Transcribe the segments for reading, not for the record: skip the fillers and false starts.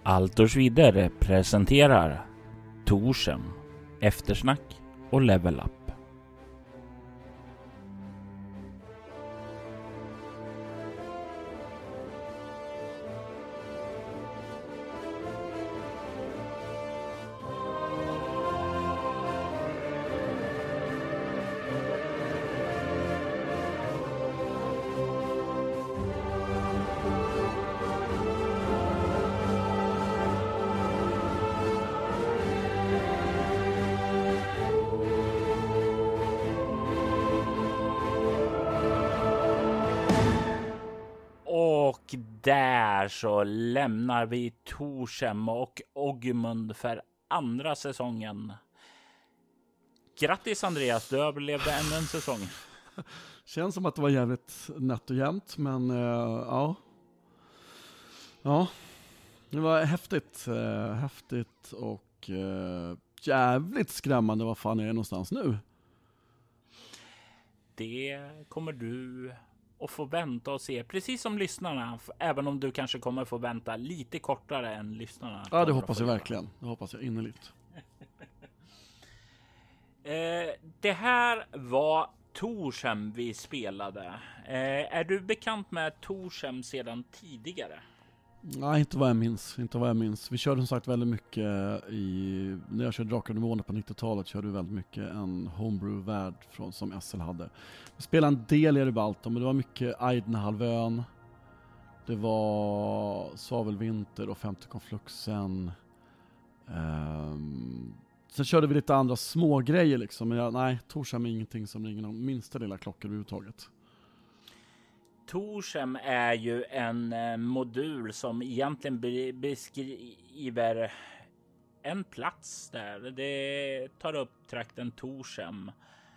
Altors vidare presenterar Torshem, Eftersnack och Level Up. Och där så lämnar vi Torshem och Ogmund för andra säsongen. Grattis Andreas, du överlevde ännu en säsong. Känns som att det var jävligt nätt och jämnt, men ja, det var häftigt och jävligt skrämmande. Vad fan är det någonstans nu? Det kommer du att få vänta och se, precis som lyssnarna, även om du kanske kommer få vänta lite kortare än lyssnarna. Ja, det hoppas jag verkligen. Det hoppas jag innerligt. Det här var Torshem vi spelade. Är du bekant med Torshem sedan tidigare? Nej, inte vad jag minns. Vi körde som sagt väldigt mycket när jag körde Drakar och Demoner på 90-talet körde vi väldigt mycket en homebrew-värld som SL hade. Vi spelade en del i Rebalton, men det var mycket Aidenhalvön. Det var Svavelvinter och Femte Konfluxen. Sen körde vi lite andra små grejer liksom. Men Torshem är ingenting som ringer någon minsta lilla klocka överhuvudtaget. Torshem är ju en modul som egentligen beskriver en plats där. Det tar upp trakten Torshem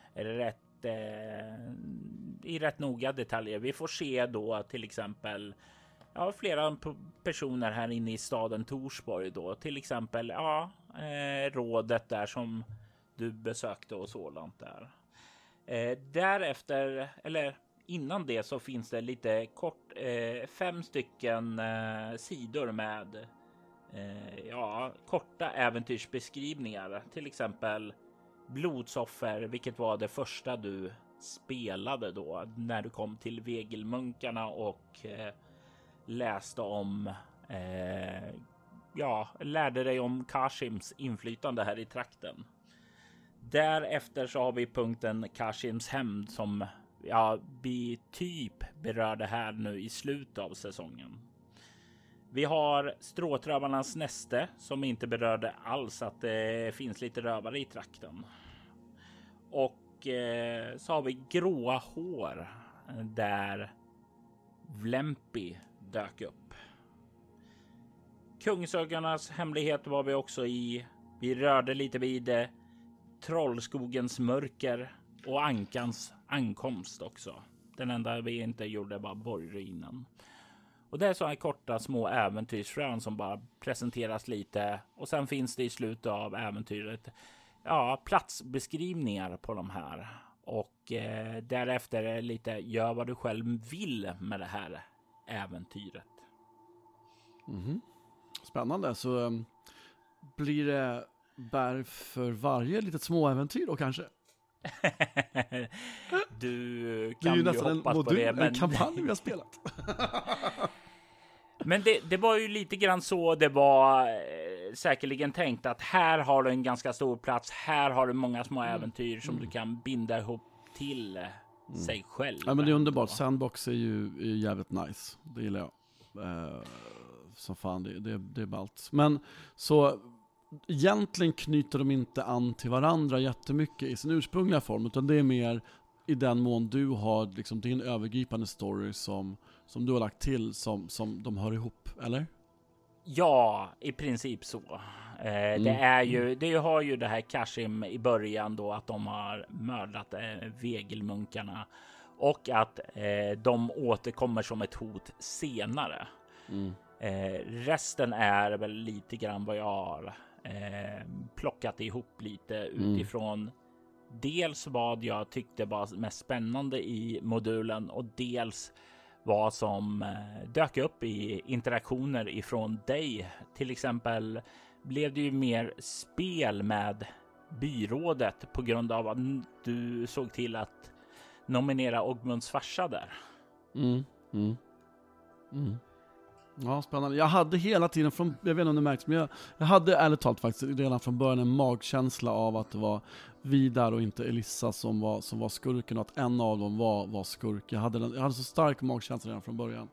i rätt noga detaljer. Vi får se då till exempel flera personer här inne i staden Torsborg då. Till exempel rådet där som du besökte och sådant där. Därefter, eller innan det, så finns det lite kort 5 stycken sidor med korta äventyrsbeskrivningar. Till exempel Blodsoffer, vilket var det första du spelade då när du kom till Vegelmunkarna och läste om lärde dig om Kashims inflytande här i trakten. Därefter så har vi punkten Kashims hämnd som vi typ berör det här nu i slutet av säsongen. Vi har Stråtrövarnas näste som inte berörde alls att det finns lite rövare i trakten. Och så har vi Gråa hår där Vlempi dök upp. Kungsögarnas hemlighet var vi också i. Vi rörde lite vid Trollskogens mörker och Ankans ankomst också. Den enda vi inte gjorde var Borgruinen. Och det är så här korta små äventyrsfrön som bara presenteras lite. Och sen finns det i slutet av äventyret platsbeskrivningar på de här. Och därefter är lite gör vad du själv vill med det här äventyret. Spännande. Så blir det bär för varje litet småäventyr då kanske? Du kan ju hoppas på det. Men en kampanj vi har spelat. Men det var ju lite grann så det var säkerligen tänkt, att här har du en ganska stor plats. Här har du många små äventyr som du kan binda ihop till sig själv. Ja, men det är underbart. Sandbox är ju jävligt nice. Det gillar jag. Så fan, det är ballt. Men så egentligen knyter de inte an till varandra jättemycket i sin ursprungliga form, utan det är mer i den mån du har liksom din övergripande story som du har lagt till som de hör ihop, eller? Ja, i princip så. Det har ju det här Kashim i början då, att de har mördat Vegelmunkarna och att de återkommer som ett hot senare. Resten är väl lite grann vad jag har plockat ihop lite utifrån dels vad jag tyckte var mest spännande i modulen och dels vad som dök upp i interaktioner ifrån dig. Till exempel blev det ju mer spel med byrådet på grund av att du såg till att nominera Ogmunds farsa där. Ja, spännande. Jag hade hela tiden, jag vet inte om det märks, men jag hade ärligt talat faktiskt redan från början en magkänsla av att det var Vidar och inte Elissa som var skurken, och att en av dem var skurk. Jag hade så stark magkänsla redan från början.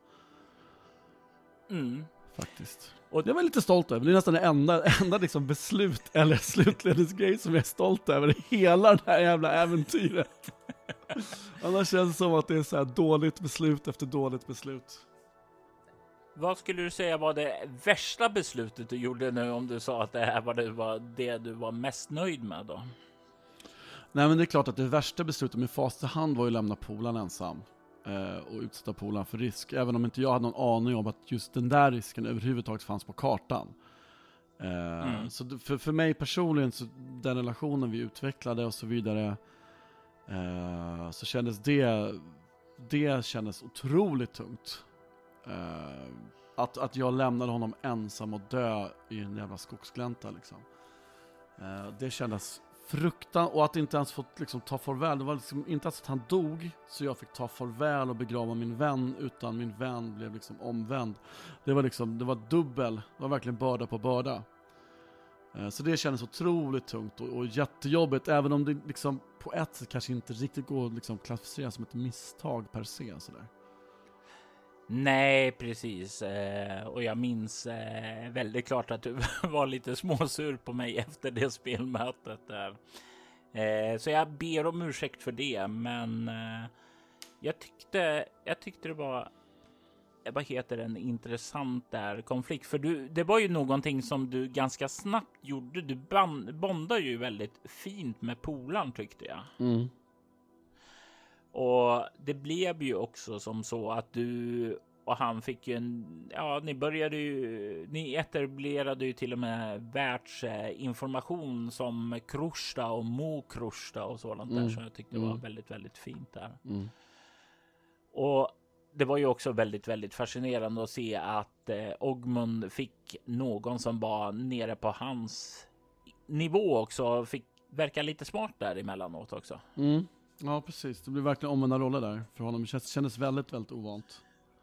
Faktiskt. Och det var jag lite stolt över. Det är nästan det enda liksom beslut eller slutledningsgrej som jag är stolt över i hela det här jävla äventyret. Annars känns det som att det är så här dåligt beslut efter dåligt beslut. Vad skulle du säga var det värsta beslutet du gjorde nu, om du sa att det här var det du var mest nöjd med då? Nej, men det är klart att det värsta beslutet med fast hand var ju att lämna polaren ensam och utsätta polaren för risk. Även om inte jag hade någon aning om att just den där risken överhuvudtaget fanns på kartan. Så för mig personligen, så den relationen vi utvecklade och så vidare, så kändes det kändes otroligt tungt. Att jag lämnade honom ensam och dö i en jävla skogsglänta liksom. Det kändes fruktan, och att inte ens fått liksom ta farväl. Det var liksom inte ens att han dog så jag fick ta farväl och begrava min vän, utan min vän blev liksom omvänd. Det var dubbel. Det var verkligen börda på börda. Så det kändes otroligt tungt och jättejobbigt, även om det liksom på ett sätt kanske inte riktigt går att liksom klassificera som ett misstag per se sådär. Nej, precis. Och jag minns väldigt klart att du var lite småsur på mig efter det spelmötet där. Så jag ber om ursäkt för det, men jag tyckte det var vad heter en intressant där konflikt, för det var ju någonting som du ganska snabbt gjorde. Du bondade ju väldigt fint med polaren, tyckte jag. Och det blev ju också som så att du och han fick ju ni etablerade ju till och med världsinformation som Krusta och Mo Krusta och sådant där, så jag tyckte det var väldigt, väldigt fint där. Och det var ju också väldigt, väldigt fascinerande att se att Ogmund fick någon som var nere på hans nivå också, fick verka lite smart där emellanåt också. Ja, precis. Det blev verkligen omvända roller där för honom. Det kändes väldigt, väldigt ovant.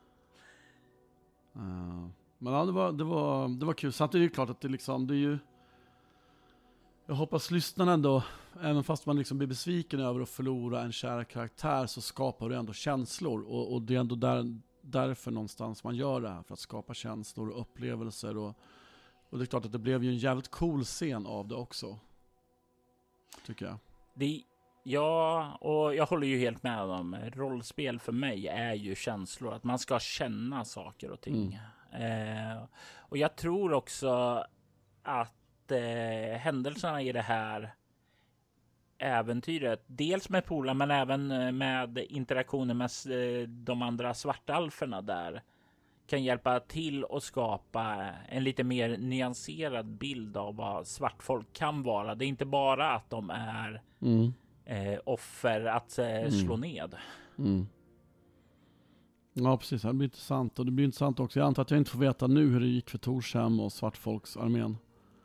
Men ja, det var kul. Samtidigt är det klart att det är ju... Jag hoppas lyssnarna ändå, även fast man liksom blir besviken över att förlora en kär karaktär, så skapar det ändå känslor. Och det är ändå därför någonstans man gör det här, för att skapa känslor och upplevelser. Och det är klart att det blev ju en jävligt cool scen av det också, tycker jag. Ja, och jag håller ju helt med om. Rollspel för mig är ju känslor. Att man ska känna saker och ting. Och jag tror också att händelserna i det här äventyret, dels med polar men även med interaktioner med de andra svartalferna där, kan hjälpa till att skapa en lite mer nyanserad bild av vad svartfolk kan vara. Det är inte bara att de är offer att slå ned. Ja, precis. Det blir intressant. Och det blir intressant också. Jag antar att jag inte får veta nu hur det gick för Torshem och svartfolksarmén.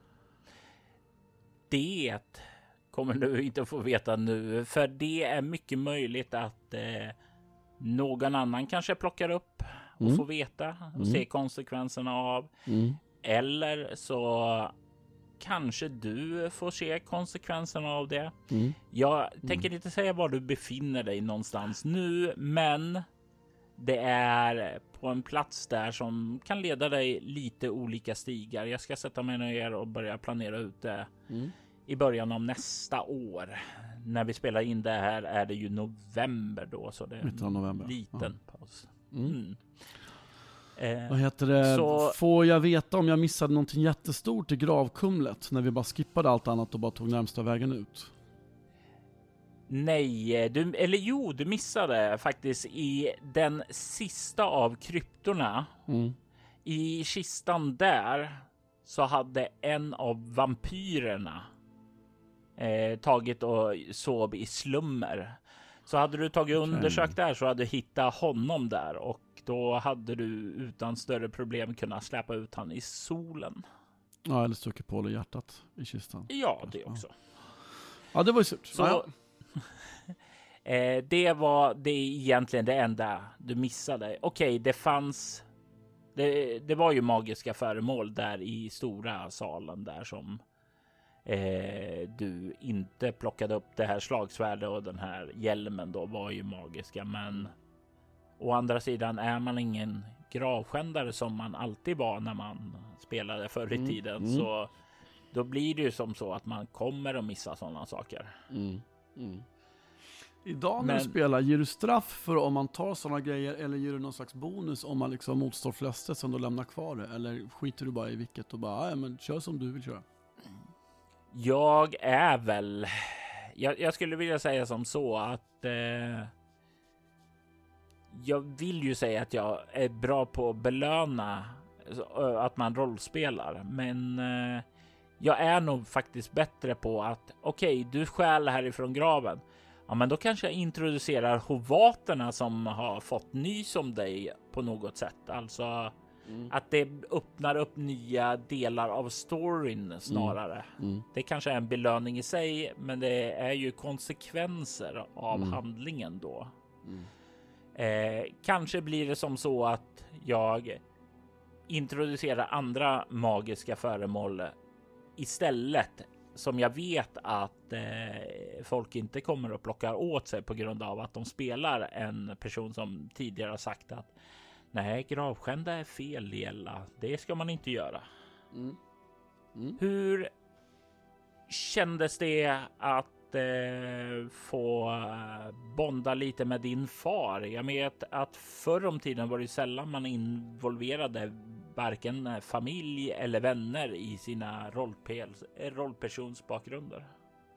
Det kommer du inte få veta nu. För det är mycket möjligt att någon annan kanske plockar upp och får veta och se konsekvenserna av. Eller så kanske du får se konsekvenserna av det. Jag tänker inte säga var du befinner dig någonstans nu, men det är på en plats där som kan leda dig lite olika stigar. Jag ska sätta mig ner och börja planera ut det i början av nästa år. När vi spelar in det här är det ju november då, så det är en liten paus. Vad heter det? Får jag veta om jag missade någonting jättestort i Gravkumlet när vi bara skippade allt annat och bara tog närmsta vägen ut? Nej, du missade faktiskt i den sista av kryptorna. I kistan där så hade en av vampyrerna tagit och sov i slummer. Så hade du tagit undersökt där så hade du hittat honom där och då hade du utan större problem kunnat släppa ut han i solen. Ja, eller stuckit på hjärtat i kistan. Ja, det också. Ja, det var ju surt. Så det var det egentligen det enda du missade. Okej, det fanns... Det var ju magiska föremål där i stora salen där som du inte plockade upp. Det här slagsvärdet och den här hjälmen då var ju magiska. Men å andra sidan är man ingen gravskändare som man alltid var när man spelade förr i tiden. Så då blir det ju som så att man kommer att missa sådana saker. Idag när du spelar, ger du straff för om man tar sådana grejer eller ger du någon slags bonus om man liksom motstår flästet som du lämnar kvar det? Eller skiter du bara i vilket och bara, men kör som du vill köra? Jag är väl... Jag skulle vilja säga som så att... jag vill ju säga att jag är bra på att belöna att man rollspelar. Men jag är nog faktiskt bättre på att okej, du stjäl härifrån graven. Ja, men då kanske jag introducerar hovaterna som har fått nys om dig på något sätt. Alltså att det öppnar upp nya delar av storyn snarare. Det kanske är en belöning i sig, men det är ju konsekvenser av handlingen då. Kanske blir det som så att jag introducerar andra magiska föremål istället, som jag vet att folk inte kommer att plocka åt sig på grund av att de spelar en person som tidigare har sagt att nej, gravskända är fel, Liella. Det ska man inte göra. Hur kändes det att få bonda lite med din far? Jag vet att förr om tiden var det sällan man involverade varken familj eller vänner i sina rollpersonsbakgrunder.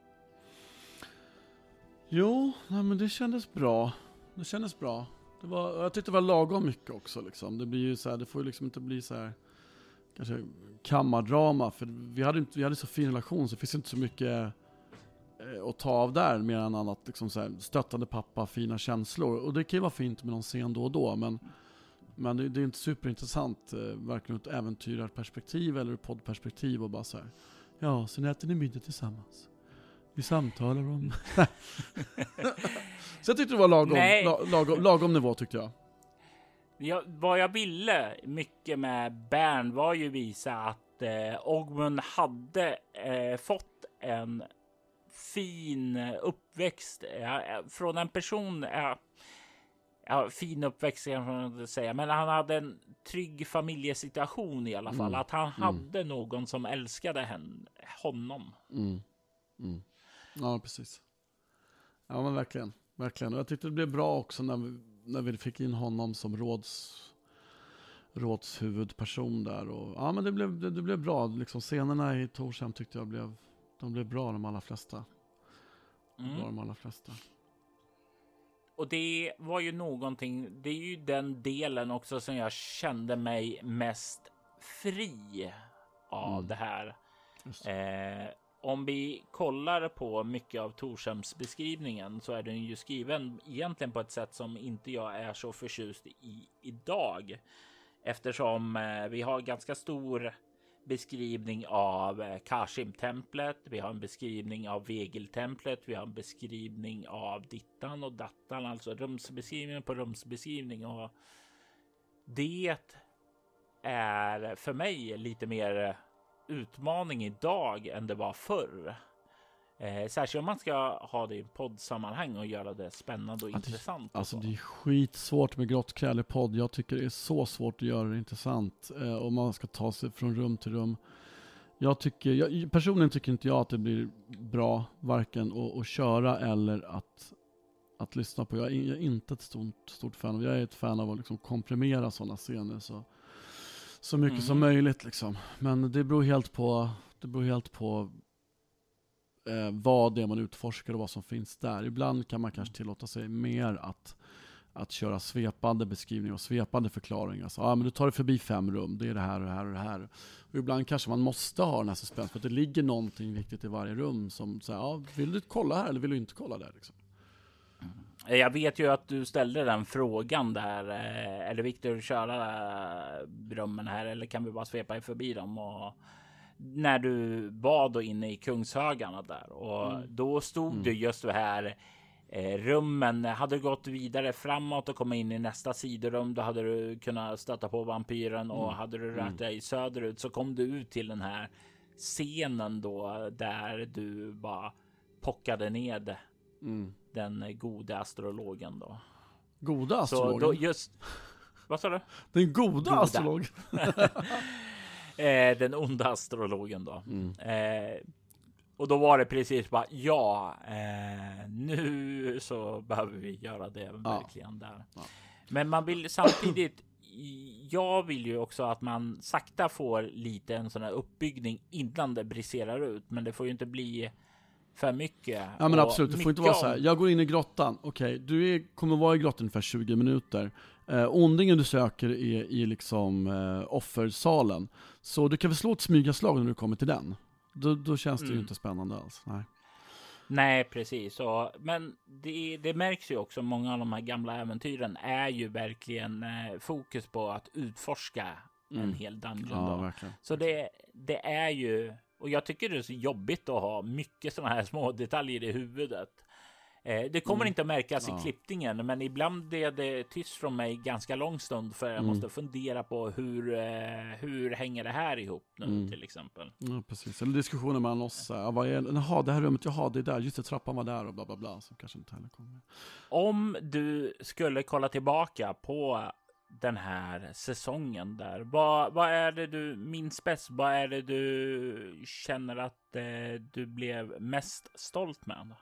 Jo, nej, men det kändes bra. Jag tyckte det var lagom mycket också liksom. Det blir ju så här, det får ju liksom inte bli så här kanske kammardrama, för vi hade så fin relation så det finns inte så mycket att ta av där mer än annat liksom så här, stöttande pappa, fina känslor, och det kan ju vara fint med någon scen då och då, men det är inte superintressant varken ur ett äventyrarperspektiv eller ur poddperspektiv och bara så här, ja, sen äter ni middag tillsammans. Vi samtalar om... Så jag tyckte det var lagom nivå tyckte jag. Vad jag ville mycket med Bern var ju visa att Ogmund hade fått en fin uppväxt från en person. Fin uppväxt kan man säga, men han hade en trygg familjesituation i alla fall. Att han hade någon som älskade honom. Ja, precis. Ja, men verkligen. Och jag tyckte det blev bra också när vi fick in honom som rådshuvudperson där. Och, ja, men det blev bra. Liksom, scenerna i Torshem tyckte jag blev bra, de allra flesta. Och det var ju någonting, det är ju den delen också som jag kände mig mest fri av det här. Om vi kollar på mycket av Torshems beskrivningen så är den ju skriven egentligen på ett sätt som inte jag är så förtjust i idag. Eftersom vi har ganska stor beskrivning av Kashim-templet, vi har en beskrivning av Vegil-templet, vi har en beskrivning av dittan och dattan, alltså rumsbeskrivning på rumsbeskrivning, och det är för mig lite mer utmaning idag än det var förr. Särskilt om man ska ha det i poddsammanhang och göra det spännande och intressant. Alltså det är skitsvårt med grottkräl i podd. Jag tycker det är så svårt att göra det intressant om man ska ta sig från rum till rum. Personligen tycker inte jag att det blir bra varken att köra eller att lyssna på. Jag är inte ett stort fan. Jag är ett fan av att liksom komprimera sådana scener så mycket som möjligt liksom. Men det beror helt på vad det är man utforskar och vad som finns där. Ibland kan man kanske tillåta sig mer att köra svepande beskrivningar och svepande förklaringar. Så, men du tar det förbi 5 rum, det är det här och det här och det här. Och ibland kanske man måste ha den här suspens för att det ligger någonting viktigt i varje rum som säger, vill du kolla här eller vill du inte kolla där liksom? Jag vet ju att du ställde den frågan där. Är det viktigt att köra rummen här eller kan vi bara svepa förbi dem? Och när du bad då inne i Kungshögarna där och då stod det just det här rummen. Hade du gått vidare framåt och komma in i nästa sidorum, då hade du kunnat stöta på vampyren och hade du rört dig söderut så kom du ut till den här scenen då där du bara pockade ned den goda astrologen då. Goda astrologen? Så då just... Vad sa du? Den goda astrologen? Den onda astrologen då. Och då var det precis bara nu så behöver vi göra det verkligen där. Ja. Men man vill samtidigt jag vill ju också att man sakta får lite en sån här uppbyggning innan det briserar ut, men det får ju inte bli för mycket. Ja men absolut, det får inte vara så här. Jag går in i grottan. Okej, du kommer vara i grottan ungefär 20 minuter. Ondingen du söker är i liksom offersalen. Så du kan väl slå ett smygaslag när du kommer till den. Då känns det ju inte spännande alls. Nej, precis. Men det märks ju också, många av de här gamla äventyren är ju verkligen fokus på att utforska en hel dungeon. Ja, verkligen. Så det är ju, och jag tycker det är så jobbigt att ha mycket sådana här små detaljer i huvudet. Det kommer inte att märkas i klippningen, men ibland är det tyst från mig ganska lång stund för jag måste fundera på hur hänger det här ihop nu till exempel. Ja, precis. Eller diskussioner mellan oss. Vad är det här rummet jag har, det är där, just det, trappan var där och bla bla bla, som kanske inte heller kommer. Om du skulle kolla tillbaka på den här säsongen där, vad är det du minns bäst? Vad är det du känner att du blev mest stolt med?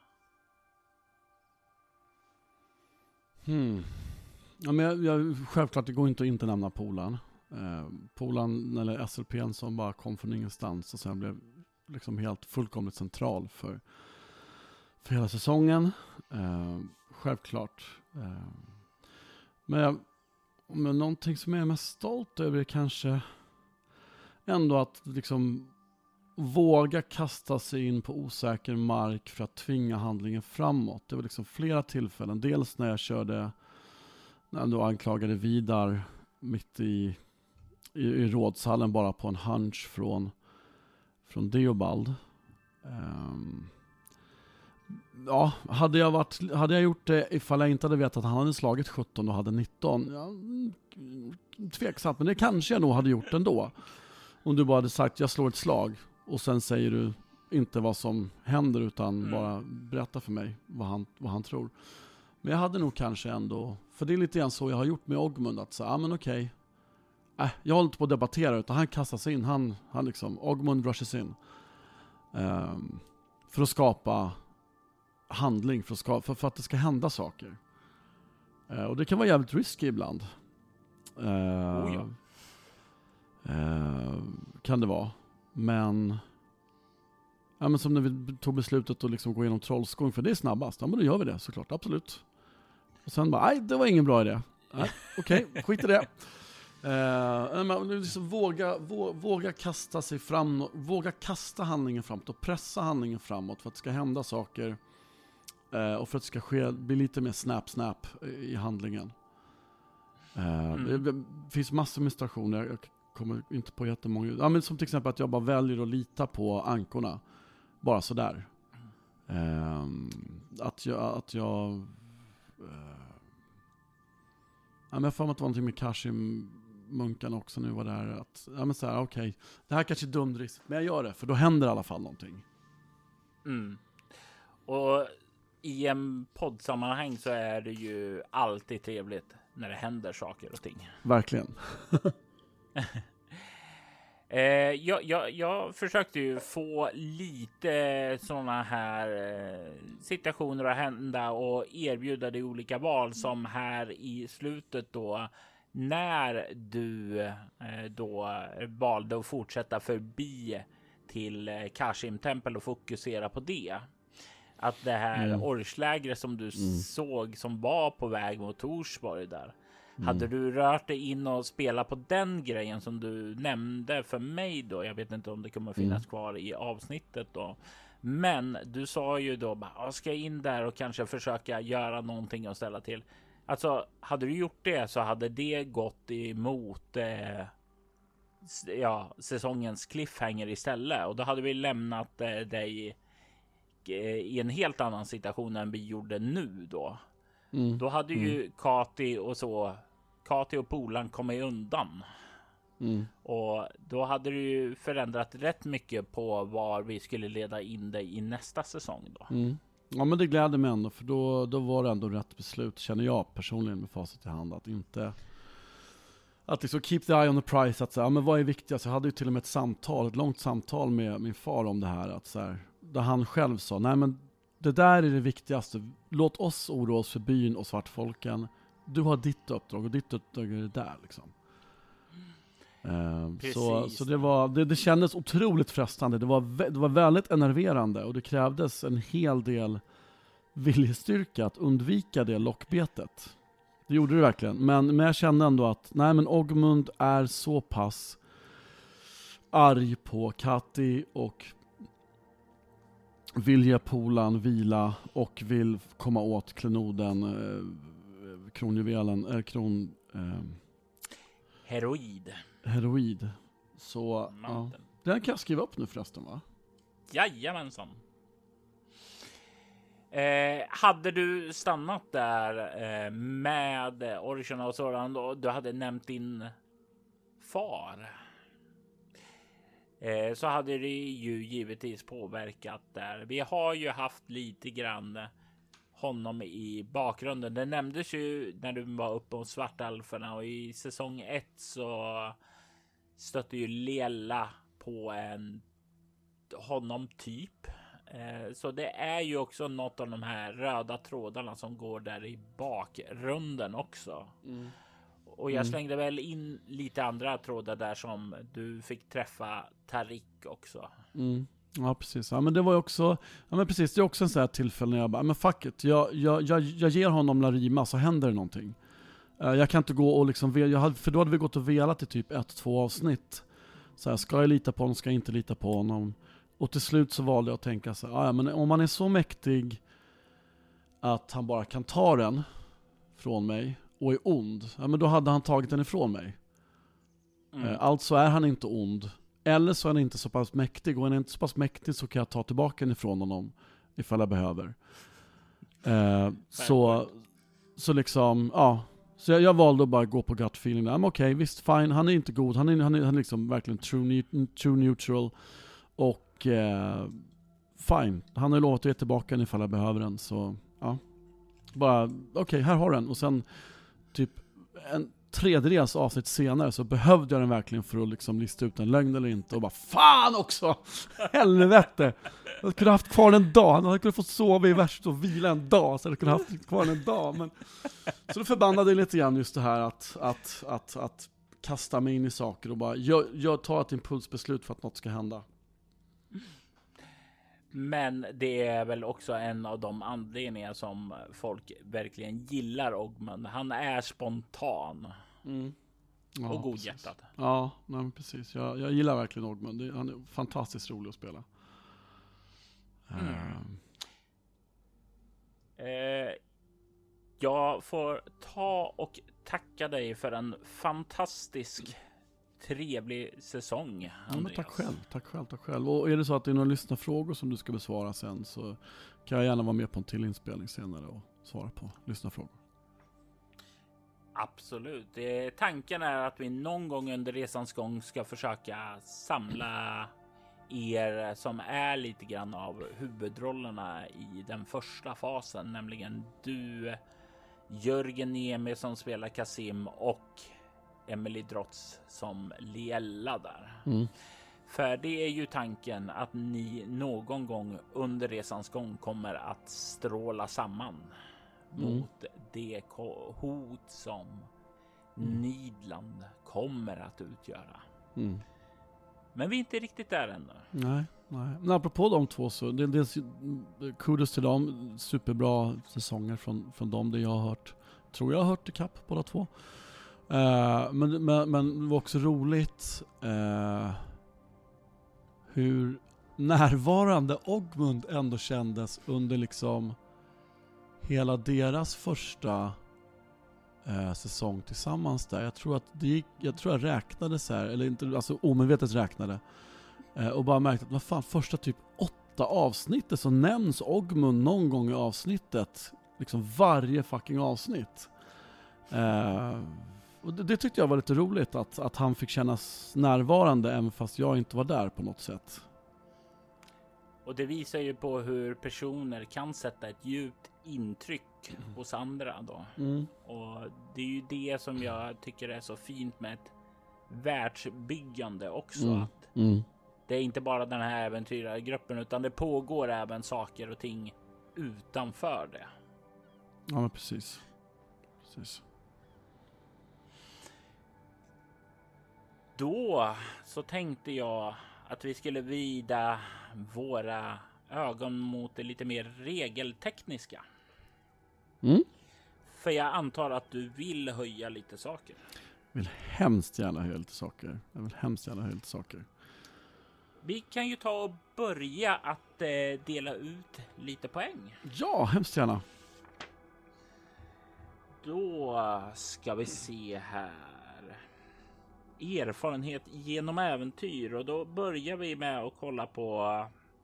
Ja, men jag självklart, det går inte att inte nämna Polan. Polan eller SLP:n som bara kom från ingenstans och sen blev liksom helt fullkomligt central för hela säsongen. Självklart. Men någonting som jag är mest stolt över är kanske ändå att liksom våga kasta sig in på osäker mark för att tvinga handlingen framåt. Det var liksom flera tillfällen. Dels när jag då anklagade Vidar mitt i rådshallen bara på en hunch från Deobald. Hade jag gjort det ifall jag inte hade vetat att han hade slagit 17 och hade 19. Tveksamt, men det kanske jag nog hade gjort ändå. Om du bara hade sagt jag slår ett slag och sen säger du inte vad som händer utan bara berätta för mig vad han tror. Men jag hade nog kanske ändå, för det är lite grann så jag har gjort med Ogmund, att säga, men okej. Jag håller inte på att debattera, utan han kastar sig in, han liksom, Ogmund rushes in. För att skapa handling, för att det ska hända saker. Och det kan vara jävligt risky ibland. Kan det vara. Men som när vi tog beslutet att liksom gå igenom Trollskog, för det är snabbast. Ja, men då gör vi det såklart, absolut. Och sen bara, nej, det var ingen bra idé. Okej, skit i det. Liksom våga kasta sig fram, våga kasta handlingen framåt och pressa handlingen framåt för att det ska hända saker och för att det ska bli lite mer snap i handlingen. Det finns massor med stationer, jag kommer inte på jättemånga. Men som till exempel att jag bara väljer att lita på ankorna bara sådär. Jag får att det var någonting med Kashim-munkarna också nu var där. Okej, det här kanske är dumdrist, men jag gör det, för då händer i alla fall någonting. Och i en poddsammanhang så är det ju alltid trevligt när det händer saker och ting. Verkligen. Jag försökte ju få lite såna här situationer att hända och erbjuda dig olika val, som här i slutet då, när du då valde att fortsätta förbi till Kashim-tempel och fokusera på det. Att det här orchlägret som du såg som var på väg mot Torsborg där. Hade du rört dig in och spelat på den grejen som du nämnde för mig då? Jag vet inte om det kommer finnas kvar i avsnittet då. Men du sa ju då bara, ska jag in där och kanske försöka göra någonting och ställa till. Alltså, hade du gjort det så hade det gått emot säsongens cliffhanger istället. Och då hade vi lämnat dig i en helt annan situation än vi gjorde nu då. Då hade ju Kati och Polan kommit undan. Och då hade du ju förändrat rätt mycket på var vi skulle leda in dig i nästa säsong då. Ja, men det gläder mig ändå, för då var det ändå rätt beslut, känner jag personligen med facit i hand, att liksom keep the eye on the prize, att säga, men vad är viktigast? Jag hade ju till och med ett långt samtal med min far om det här, att så här, där han själv sa, nej men det där är det viktigaste, låt oss oroa oss för byn och svartfolken, du har ditt uppdrag och ditt uppdrag är det där liksom. Så det kändes otroligt frestande. Det var väldigt enerverande och det krävdes en hel del viljestyrka att undvika det lockbetet. Det gjorde det verkligen. Men jag kände ändå att Ogmund är så pass arg på Kati och vill ge Polan vila och vill komma åt klenoden, kronjuvelen, Heroid. Så ja. Den kan jag skriva upp nu förresten, va? Jajamensan. Hade du stannat där med Origin och sådan då, du hade nämnt din far, så hade det ju givetvis påverkat där. Vi har ju haft lite grann honom i bakgrunden. Det nämndes ju när du var uppe hos Svartalferna, och i säsong 1 så stötte ju Liella på honom typ. Så det är ju också något av de här röda trådarna som går där i bakgrunden också. Och jag slängde väl in lite andra trådar där, som du fick träffa Tarik också. Ja, precis. Ja, men det var ju också, precis, det är också en sån här tillfälle när jag bara, men fuck it, jag ger honom Larima så händer det någonting. Jag kan inte gå och liksom, för då hade vi gått och velat i typ 1-2 avsnitt. Så här, ska jag lita på honom, ska jag inte lita på honom? Och till slut så valde jag att tänka så här, men om man är så mäktig att han bara kan ta den från mig och är ond, men då hade han tagit den ifrån mig. Alltså är han inte ond. Eller så är han inte så pass mäktig. Och är han inte så pass mäktig så kan jag ta tillbaka den ifrån honom ifall jag behöver. Så liksom, ja. Så jag valde att bara gå på gut feeling. Men okej, visst, fine. Han är inte god. Han är liksom verkligen true neutral. Och fine. Han har lovat att ge tillbaka den ifall jag behöver den. Så ja. Bara, okej, här har den. Och sen typ en tredjedels avsnitt senare så behövde jag den verkligen för att liksom lista ut en lögn eller inte. Och bara, fan också! Helvete! Jag kunde haft kvar en dag. Jag hade kunnat få sova i värst och vila en dag. Så jag kunde haft kvar en dag. Men så då förbannade jag lite grann just det här att kasta mig in i saker och bara, jag tar ett impulsbeslut för att något ska hända. Men det är väl också en av de anledningar som folk verkligen gillar Ogmund. Han är spontan. Ja, och godhjärtad. Precis. Ja, nej, precis. Jag gillar verkligen Ogmund. Han är fantastiskt rolig att spela. Jag får ta och tacka dig för en fantastisk trevlig säsong. Ja, men tack själv. Och är det så att det är några lyssnarfrågor som du ska besvara sen, så kan jag gärna vara med på en till inspelning senare och svara på lyssnarfrågor. Absolut. Tanken är att vi någon gång under resans gång ska försöka samla er som är lite grann av huvudrollerna i den första fasen, nämligen du, Jörgen Niemi som spelar Kasim och Emily Drotz som Liella där. För det är ju tanken att ni någon gång under resans gång kommer att stråla samman mot det hot som Nidland kommer att utgöra. Men vi är inte riktigt där ännu. Nej. Men apropå de två, så det är kudos till dem. Superbra säsonger från dem, det jag har hört. Tror jag har hört i kapp båda två. Men det var också roligt hur närvarande Ogmund ändå kändes under liksom hela deras första säsong tillsammans där. Jag tror att jag räknade så här, eller inte, alltså omedvetet räknade och bara märkte att vad fan, första typ 8 avsnittet så nämns Ogmund någon gång i avsnittet, liksom varje fucking avsnitt. Och det tyckte jag var lite roligt att han fick kännas närvarande även fast jag inte var där på något sätt. Och det visar ju på hur personer kan sätta ett djupt intryck hos andra då. Och det är ju det som jag tycker är så fint med ett världsbyggande också. Att det är inte bara den här äventyrargruppen utan det pågår även saker och ting utanför det. Ja, men precis. Då så tänkte jag att vi skulle vida våra ögon mot det lite mer regeltekniska. För jag antar att du vill höja lite saker. Jag vill hemskt gärna höja lite saker. Vi kan ju ta och börja att dela ut lite poäng. Ja, hemskt gärna. Då ska vi se här. Erfarenhet genom äventyr, och då börjar vi med att kolla på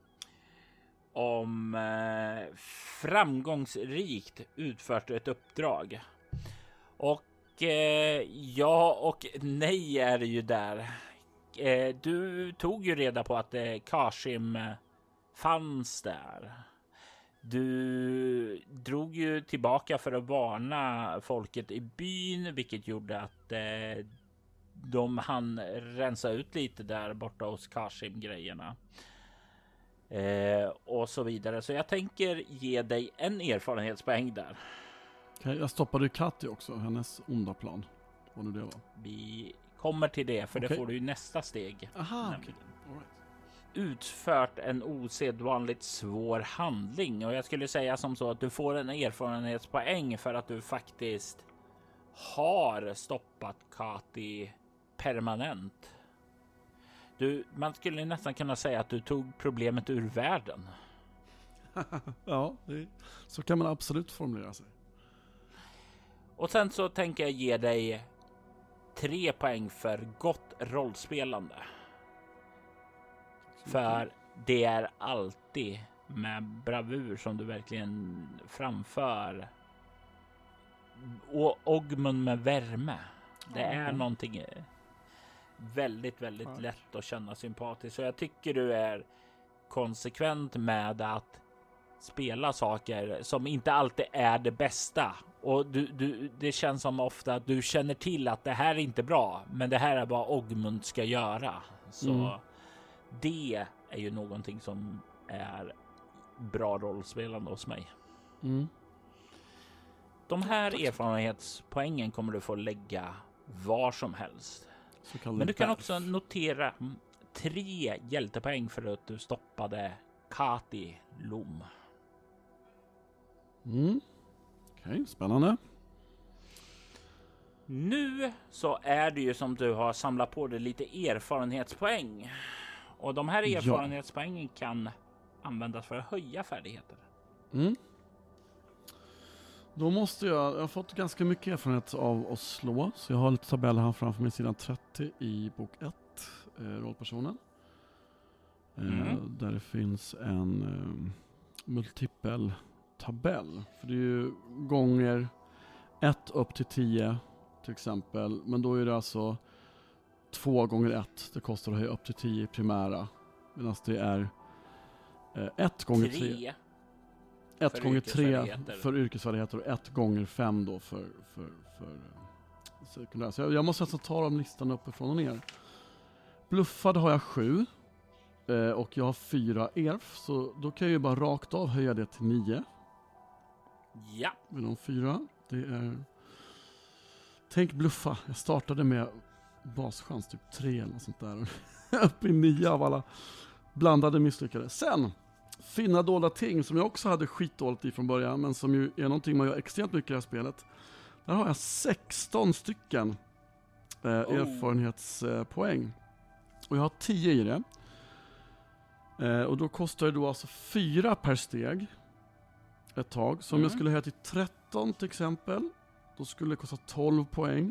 om framgångsrikt utfört ett uppdrag. Och ja och nej är det ju där. Du tog ju reda på att Kashim fanns där. Du drog ju tillbaka för att varna folket i byn, vilket gjorde att de hann rensa ut lite där borta hos Kashim-grejerna. Och så vidare. Så jag tänker ge dig en erfarenhetspoäng där. Okay, jag stoppade ju Kati också, hennes onda plan. Vad nu det var. Vi kommer till det, för det får du ju nästa steg. Aha, okay. All right. Utfört en osedvanligt svår handling, och jag skulle säga som så att du får en erfarenhetspoäng för att du faktiskt har stoppat Kati permanent. Man skulle nästan kunna säga att du tog problemet ur världen. Ja, så kan man absolut formulera sig. Och sen så tänker jag ge dig 3 poäng för gott rollspelande. För det är alltid med bravur som du verkligen framför och Ogmund med värme. Det är någonting väldigt, väldigt lätt att känna sympatiskt. Så jag tycker du är konsekvent med att spela saker som inte alltid är det bästa. Och det känns som ofta att du känner till att det här är inte bra, men det här är vad Ogmund ska göra. Så det är ju någonting som är bra rollspelande hos mig. De här erfarenhetspoängen kommer du få lägga var som helst. Men du kan också notera 3 hjältepoäng för att du stoppade Kati Lom. Okej, spännande. Nu så är det ju som du har samlat på dig lite erfarenhetspoäng. Och de här erfarenhetspoängen kan användas för att höja färdigheter. Då måste jag har fått ganska mycket erfarenhet av att slå. Så jag har lite tabeller här framför mig, sidan 30 i bok 1, rollpersonen. Där det finns en multipel tabell. För det är ju gånger 1 upp till 10 till exempel. Men då är det alltså 2 gånger 1. Det kostar att höja upp till 10 i primära. Medan det är 1 gånger 3. 1 gånger 3 för yrkesfärdigheter och 1 gånger 5 då för sekundär. Så jag måste alltså ta dem listan uppifrån och ner. Bluffad har jag 7 och jag har 4 erf, så då kan jag ju bara rakt av höja det till 9. Ja. Med de 4. Det är... Tänk bluffa. Jag startade med baschans typ 3 eller något sånt där. Upp i 9 av alla blandade misslyckade. Sen finna dolda ting som jag också hade skitdåligt i från början, men som ju är någonting man gör extremt mycket i det här spelet. Där har jag 16 stycken erfarenhetspoäng. Och jag har 10 i det. Och då kostar det då alltså 4 per steg ett tag. Så om jag skulle höja till 13 till exempel, då skulle det kosta 12 poäng.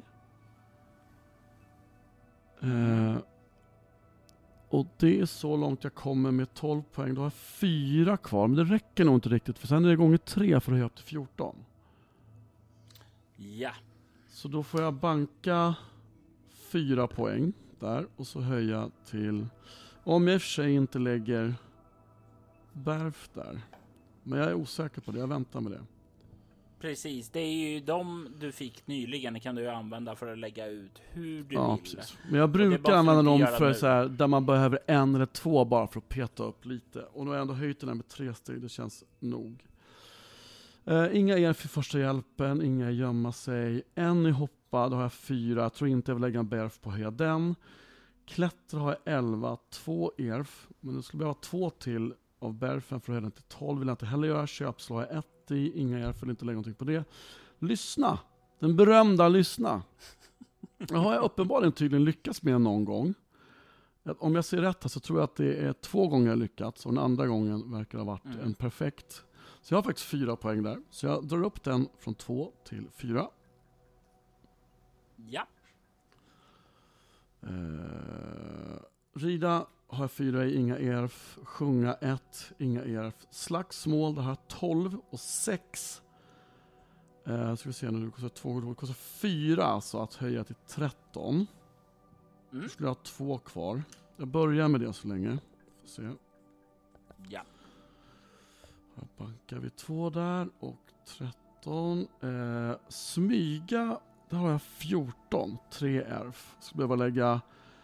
Och det är så långt jag kommer med 12 poäng. Då har jag 4 kvar, men det räcker nog inte riktigt. För sen är det gånger 3 för att höja upp till 14. Ja. Så då får jag banka 4 poäng där och så höja till, om jag i och för sig inte lägger Berf där. Men jag är osäker på det, jag väntar med det. Precis, det är ju de du fick nyligen, kan du ju använda för att lägga ut hur du vill. Precis. Men jag brukar använda dem för så här, där man behöver 1 eller 2 bara för att peta upp lite. Och nu har jag ändå höjt den här med 3 steg, det känns nog. Inga er för första hjälpen, inga gömma sig. En i hoppa, då har jag 4. Jag tror inte jag vill lägga en berf på att höja den. Klättra har jag 11, 2 erf. Men det skulle behöva 2 till av berfen för att höja den till 12. Vill jag inte heller göra. Köpslå har jag 1 i, inga erf, vill inte lägga någonting på det. Lyssna, den berömda lyssna. Det har jag uppenbarligen tydligen lyckats med någon gång. Om jag ser rätt här så tror jag att det är 2 gånger jag lyckats. Och den andra gången verkar det ha varit en perfekt. Så jag har faktiskt 4 poäng där. Så jag drar upp den från 2 till 4. Ja. Rida har jag 4 i, inga erf. Sjunga 1, inga erf. Slagsmål, där har jag 12 och 6. Ska vi se nu, det kostar 2, det kostar 4 alltså att höja till 13. Då skulle jag ha 2 kvar. Jag börjar med det så länge. Får se. Ja. Här bankar vi 2 där och 13. Smyga, där har jag 14. 3 erf. Skulle behöva lägga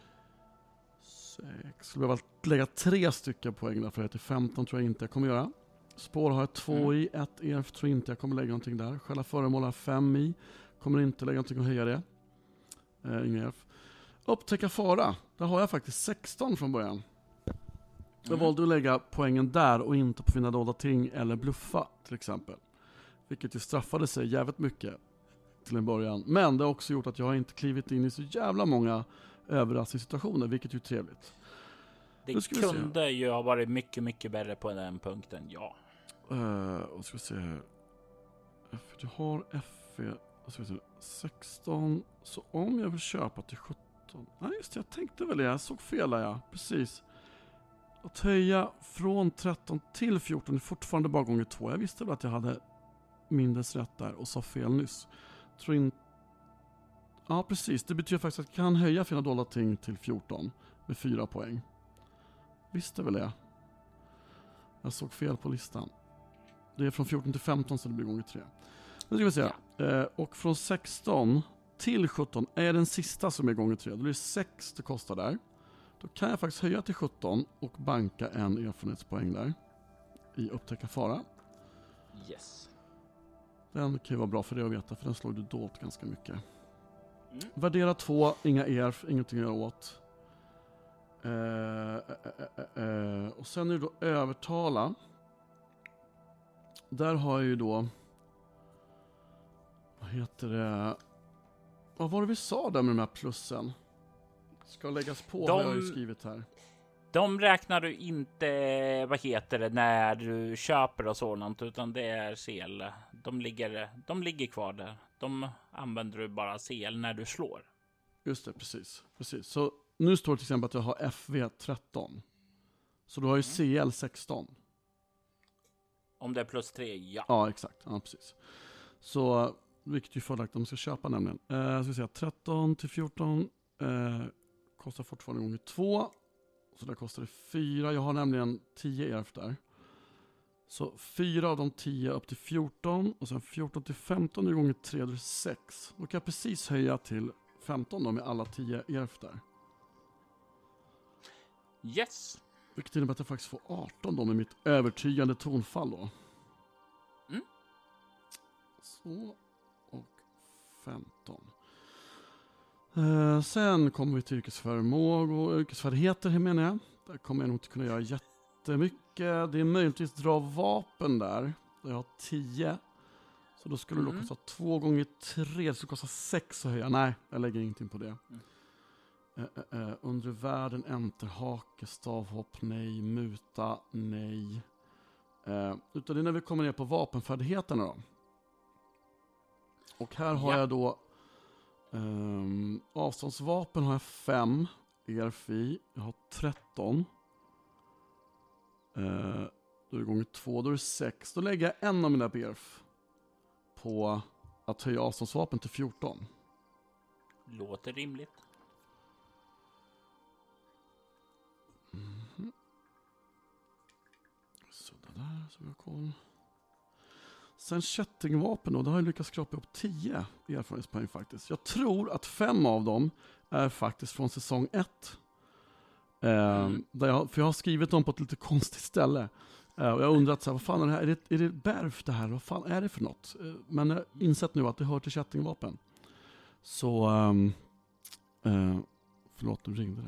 6. Skulle behöva lägga 3 stycken poäng där för att till 15 tror jag inte jag kommer göra. Spår har jag 2 i, 1 erf tror inte jag kommer lägga någonting där. Själva föremål har jag 5 i. Kommer inte lägga någonting och höja det. Inga erf. Upptäcka fara. Där har jag faktiskt 16 från början. Jag valde att lägga poängen där och inte på finna dolda ting eller bluffa till exempel. Vilket ju straffade sig jävligt mycket till en början. Men det har också gjort att jag inte klivit in i så jävla många överraskningssituationer, vilket ju är trevligt. Det kunde ju ha varit mycket, mycket bättre på den punkten, ja. Och ska vi se här. Du har FV, ska vi se, 16. Så om jag vill köpa till 17. Nej just det, jag tänkte väl det. Jag såg fel där, ja. Precis. Att höja från 13 till 14 är fortfarande bara gånger 2. Jag visste väl att jag hade mindes rätt där och sa fel nyss. Tror inte. Ja, precis. Det betyder faktiskt att jag kan höja fina dolda ting till 14 med 4 poäng. Visste väl det. Jag såg fel på listan. Det är från 14 till 15 så det blir gånger 3. Nu ska vi se. Och från 16 till 17 är den sista som är gånger 3. Då blir det 6 det kostar där. Då kan jag faktiskt höja till 17 och banka en erfarenhetspoäng där. I upptäcka fara. Yes. Den kan ju vara bra för det att veta, för den slår du dolt ganska mycket. Värdera 2, inga erf, ingenting att göra åt. Och sen är det då övertala. Där har jag ju då, vad heter det, vad var det vi sa där med de här plussen? Ska läggas på har jag ju skrivit här. De räknar du inte, vad heter det, när du köper och sådant, utan det är CL. De ligger kvar där. De använder du bara CL när du slår. Just det, precis. Så nu står det till exempel att jag har FV 13. Så du har ju CL 16. Om det är plus 3, ja. Ja, exakt. Ja, precis. Så vilket ju förlagt de ska köpa nämligen. Ska säga 13 till 14 kostar fortfarande gånger 2. Så där kostar det 4. Jag har nämligen 10 erf där. Så 4 av de 10 upp till 14. Och sen 14 till 15 är gånger 3, då är det 6. Då kan jag precis höja till 15 då med alla 10 erf där. Yes. Vilket innebär att jag faktiskt får 18 då med mitt övertygande tonfall då. Så. Och 15. Sen kommer vi till yrkesförmåga och yrkesfärdigheter, menar jag. Där kommer jag nog inte kunna göra jättemycket. Det är möjligtvis dra vapen där. Jag har 10. Så då skulle det då kosta 2 gånger 3. Så det kostar 6 att höja. Nej, jag lägger ingenting på det. Undre världen, enterhake, stavhopp, nej. Muta, nej. Utan det är när vi kommer ner på vapenfärdigheterna då. Och här har jag då avståndsvapen har jag 5 ERF i. Jag har 13. Då är det gånger 2, då är det 6. Då lägger jag en av mina BRF på att höja avståndsvapen till 14. Låter rimligt. Så det där, så vi har koll. Sen kättingvapen då, har jag lyckats skrapa upp 10 erfarenhetspoäng faktiskt. Jag tror att 5 av dem är faktiskt från säsong 1. För jag har skrivit dem på ett lite konstigt ställe. Och jag har undrat så här, vad fan är det här? Är det BRF det här? Vad fan är det för något? Men jag har insett nu att det hör till kättingvapen. Så, förlåt, nu ringde det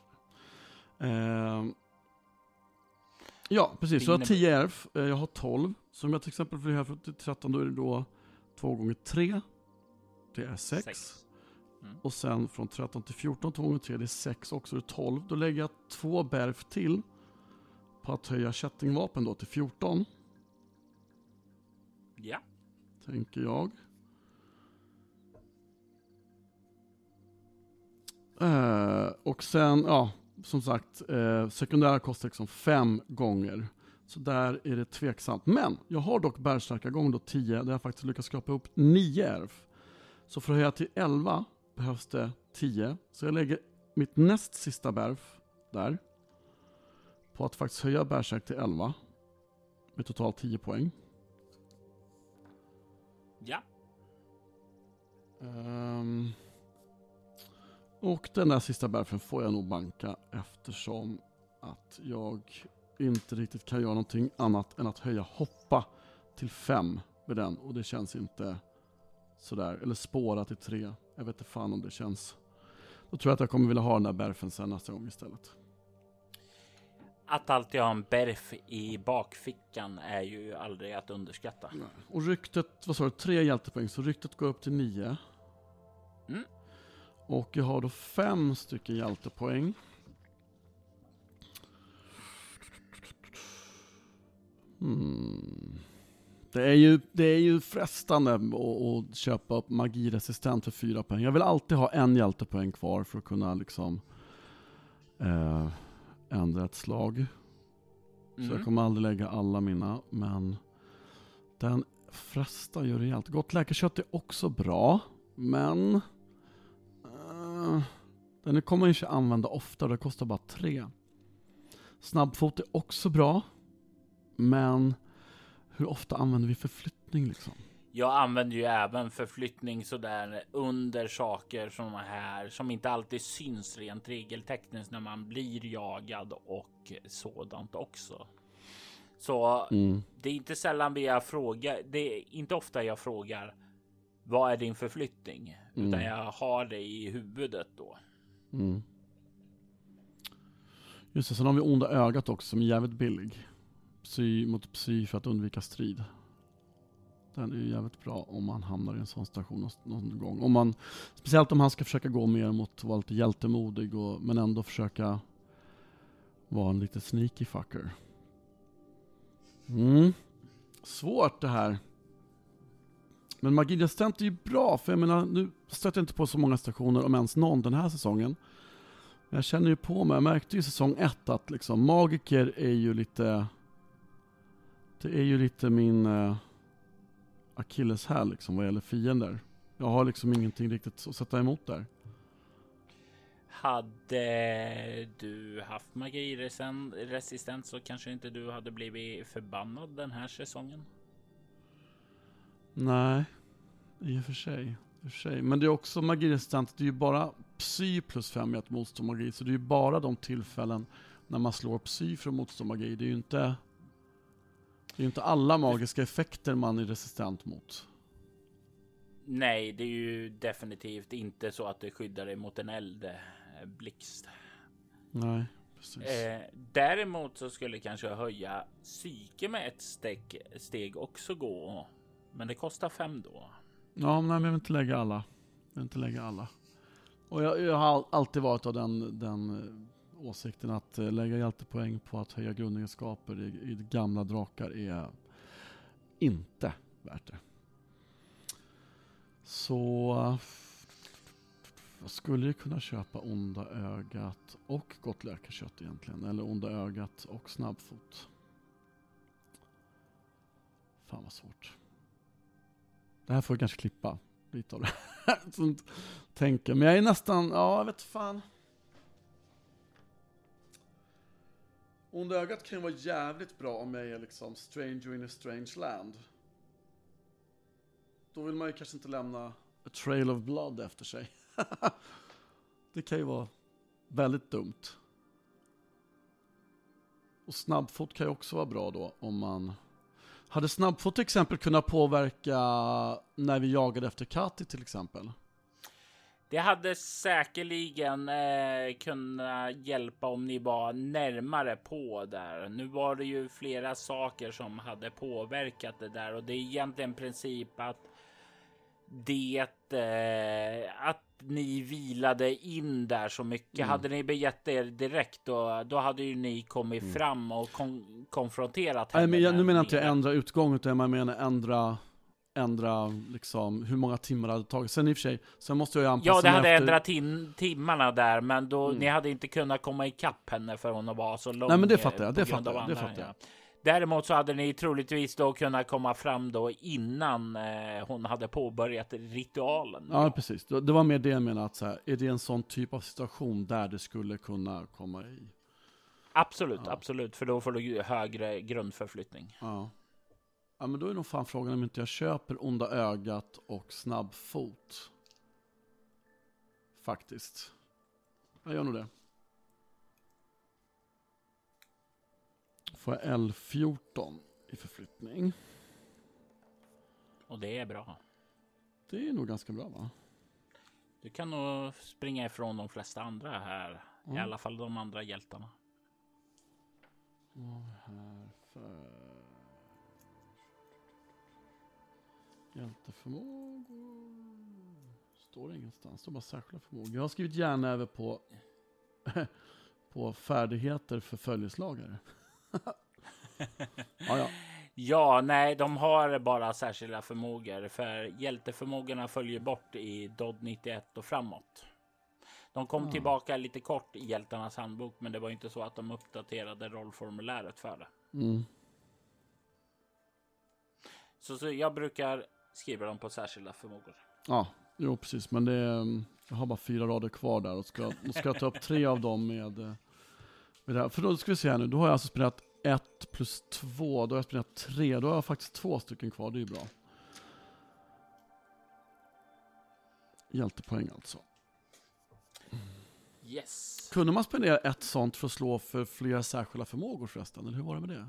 här. Ja, precis. Så jag har 10 ERF. Jag har 12. Som jag till exempel för det här för 13, då är det då 2 gånger 3. Det är 6. Och sen från 13 till 14, 2 gånger 3, det är 6 också, det är 12. Då lägger jag 2 BRF till på att höja kättingvapen då till 14. Ja. Tänker jag. Och sen, ja, som sagt, sekundära kostar liksom 5 gånger. Så där är det tveksamt. Men jag har dock bärstarka gång då 10, där jag faktiskt lyckas skapa upp 9 ERF. Så för att höja till 11 behövs det 10. Så jag lägger mitt näst sista BRF där. På att faktiskt höja bärstark till 11. Med totalt 10 poäng. Ja. Och den där sista BRFen får jag nog banka eftersom att jag inte riktigt kan göra någonting annat än att höja hoppa till 5 med den. Och det känns inte sådär. Eller spåra till 3. Jag vet inte fan om det känns. Då tror jag att jag kommer vilja ha den där BRFen sen nästa gång istället. Att alltid ha en BRF i bakfickan är ju aldrig att underskatta. Nej. Och ryktet, vad sa du, 3 hjältepoäng. Så ryktet går upp till 9. Och jag har då 5 stycken hjältepoäng. Det är ju frestande att köpa upp magiresistent för 4 poäng. Jag vill alltid ha en hjältepoäng kvar för att kunna liksom ändra ett slag. Så jag kommer aldrig lägga alla mina, men den frestar ju rejält. Gott läkarkött är också bra, men den kommer man inte använda ofta och det kostar bara 3. Snabbfot är också bra, men hur ofta använder vi förflyttning liksom? Jag använder ju även förflyttning sådär under saker som här som inte alltid syns rent regeltekniskt när man blir jagad och sådant också. Så det är inte sällan jag frågar, det är inte ofta jag frågar vad är din förflyttning? Utan jag har det i huvudet då. Just det, sen har vi onda ögat också som är jävligt billig. Psy mot psy för att undvika strid. Den är ju jävligt bra om man hamnar i en sån station någon gång. Speciellt om han ska försöka gå mer mot att vara lite hjältemodig men ändå försöka vara en lite sneaky fucker. Svårt det här. Men magiresistent är ju bra, för jag menar, nu stöter jag inte på så många stationer om ens någon den här säsongen. Jag känner ju på mig, jag märkte ju i säsong 1 att liksom magiker är ju lite, det är ju lite min Achilles här liksom vad gäller fiender. Jag har liksom ingenting riktigt att sätta emot där. Hade du haft magiresistent så kanske inte du hade blivit förbannad den här säsongen. Nej, i och för sig. Men det är också magiresistent. Det är ju bara psy plus 5 i att motstå magi. Så det är ju bara de tillfällen när man slår psy för att motstå magi. Det är ju inte alla magiska effekter man är resistent mot. Nej, det är ju definitivt inte så att det skyddar dig mot en eldblixt. Nej, precis. Däremot så skulle kanske höja psyke med ett steg också gå. Men det kostar 5 då. Ja, men jag vill inte lägga alla. Och jag har alltid varit av den åsikten att lägga hjältepoäng på att höja grundegenskaper i gamla drakar är inte värt det. Så jag skulle ju kunna köpa onda ögat och gott läkarkött egentligen. Eller onda ögat och snabbfot. Fan vad svårt. Det här får jag kanske klippa lite av det här. Sånt tänker. Men jag är nästan, jag vet fan. Onda ögat kan ju vara jävligt bra om jag är liksom stranger in a strange land. Då vill man ju kanske inte lämna a trail of blood efter sig. Det kan ju vara väldigt dumt. Och snabbfot kan ju också vara bra då om man... Hade snabbfot till exempel kunnat påverka när vi jagade efter Kati till exempel? Det hade säkerligen kunnat hjälpa om ni var närmare på där. Nu var det ju flera saker som hade påverkat det där och det är egentligen princip att att ni vilade in där så mycket. Hade ni begett er direkt då hade ju ni kommit fram och konfronterat henne. Nej, men nu menar jag inte ändra utgång utan jag menar ändra liksom hur många timmar det hade tagit. Sen i och för sig, sen måste jag ju anpassa. Ja, det hade ändrat timmarna där, men då ni hade inte kunnat komma ikapp henne för hon var så lång. Nej, men det fattar jag. Det fattar jag. Däremot så hade ni troligtvis då kunnat komma fram då innan hon hade påbörjat ritualen. Ja, precis. Det var mer det jag menade, att så här, är det en sån typ av situation där det skulle kunna komma i? Absolut, för då får du högre grundförflyttning. Ja, men då är nog fan frågan om inte jag köper onda ögat och snabbfot. Faktiskt. Jag gör nog det. Får jag L14 i förflyttning. Och det är bra. Det är nog ganska bra, va? Du kan nog springa ifrån de flesta andra här. I alla fall de andra hjältarna. Här för... Hjälteförmågor. Står det ingenstans. Det står bara särskilda förmågor. Jag har skrivit gärna över på på färdigheter för följeslagare. Ja, nej, de har bara särskilda förmågor. För hjälteförmågorna följer bort i Dodd 91 och framåt. De kom tillbaka lite kort i hjältarnas handbok, men det var inte så att de uppdaterade rollformuläret för det. Så jag brukar skriva dem på särskilda förmågor. Ja, jo precis. Men jag har bara 4 rader kvar där och ska jag ta upp 3 av dem med det här. För då ska vi se här nu. Då har jag alltså spelat 1 plus 2. Då har jag spelat 3. Då har jag faktiskt 2 stycken kvar. Det är ju bra. Hjältepoäng alltså. Yes. Kunde man spendera ett sånt för att slå för flera särskilda förmågor förresten? Eller hur var det med det?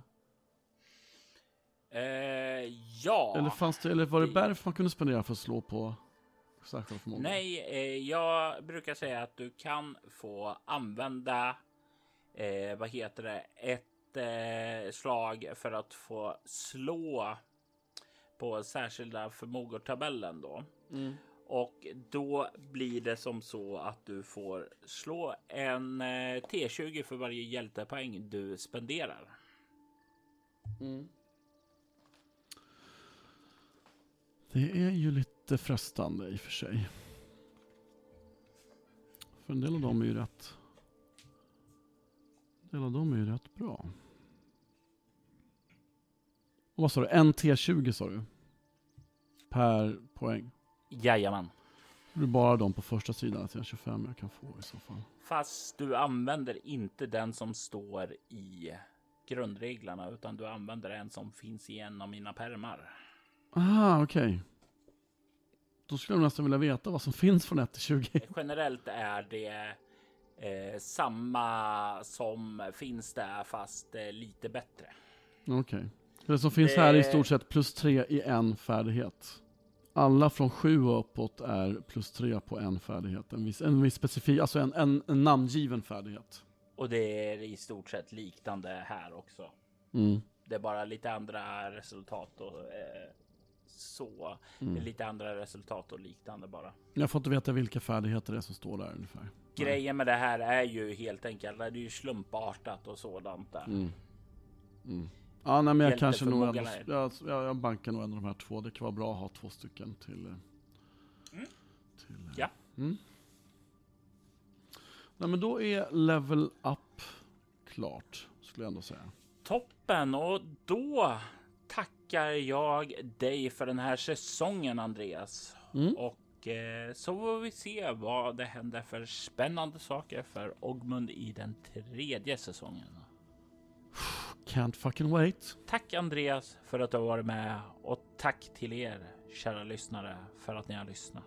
Ja. Eller var det därför man kunde spendera för att slå på särskilda förmågor? Nej, jag brukar säga att du kan få använda ett slag för att få slå på särskilda förmågor-tabellen då. Och då blir det som så att du får slå en T20 för varje hjältepoäng du spenderar. Det är ju lite frestande i och för sig. För en del av dem är ju rätt. En del av dem är ju rätt bra. Och vad sa du? En T20 sa du? Per poäng. Jajamän. Det är bara de på första sidan till 25 jag kan få i så fall. Fast du använder inte den som står i grundreglerna, utan du använder en som finns i en av mina pärmar. Ah, okej. Då skulle jag nästan vilja veta vad som finns från 1 till 20. Generellt är det samma som finns där, fast lite bättre. Okej. Det som finns här är i stort sett plus 3 i en färdighet. Alla från 7 och uppåt är plus 3 på en färdighet. En viss specifik, alltså en namngiven färdighet. Och det är i stort sett liknande här också. Det är bara lite andra resultat och så. Det är lite andra resultat och liknande bara. Jag får inte veta vilka färdigheter det är som står där ungefär. Grejen med det här är ju helt enkelt, det är ju slumpartat och sådant där. Ja, nej, men jag kanske nog ändå, jag bankar nog en av de här 2. Det kan vara bra att ha 2 stycken till ja. Nej, men då är level up klart, skulle jag ändå säga. Toppen, och då tackar jag dig för den här säsongen, Andreas. Och så får vi se vad det händer för spännande saker för Ogmund i den 3:e säsongen. Can't fucking wait. Tack Andreas för att du har varit med, och tack till er kära lyssnare för att ni har lyssnat.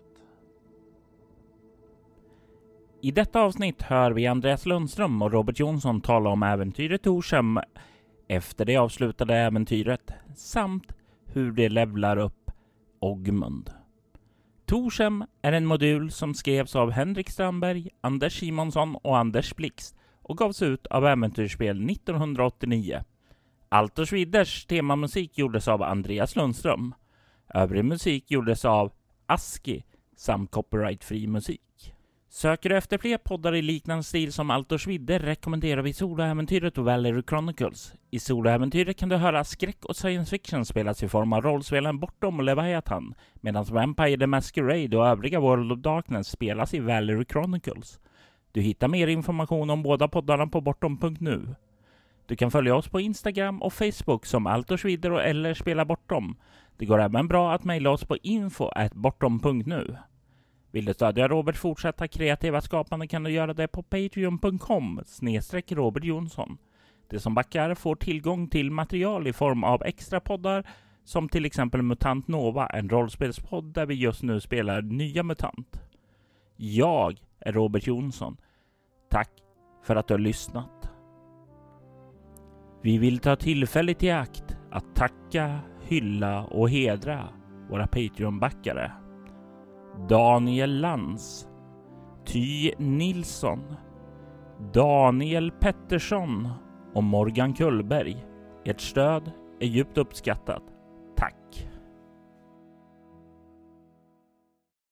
I detta avsnitt hör vi Andreas Lundström och Robert Jonsson tala om äventyret Torshem efter det avslutade äventyret samt hur det levlar upp Ogmund. Torshem är en modul som skrevs av Henrik Strandberg, Anders Simonsson och Anders Blixt och gavs ut av Äventyrsspel 1989. Altors Vidders temamusik gjordes av Andreas Lundström. Övrig musik gjordes av Aski samt copyrightfri musik. Söker du efter fler poddar i liknande stil som Altors Vidder rekommenderar vi Soloäventyret och Valerie Chronicles. I Soloäventyret kan du höra skräck och science fiction spelas i form av rollspelen Bortom och Leviathan, medan Vampire the Masquerade och övriga World of Darkness spelas i Valerie Chronicles. Du hittar mer information om båda poddarna på bortom.nu. Du kan följa oss på Instagram och Facebook som Altors Vidder eller Spela Bortom. Det går även bra att mejla oss på info@bortom.nu. Vill du stödja Robert fortsätta kreativa skapande kan du göra det på patreon.com/Robert Jonsson. Det som backar får tillgång till material i form av extra poddar som till exempel Mutant Nova, en rollspelspodd där vi just nu spelar nya MUTANT. Jag är Robert Jonsson. Tack för att du har lyssnat. Vi vill ta tillfället i akt att tacka, hylla och hedra våra Patreon-backare. Daniel Lantz, Ty Nilsson, Daniel Pettersson och Morgan Kullberg. Ert stöd är djupt uppskattat. Tack!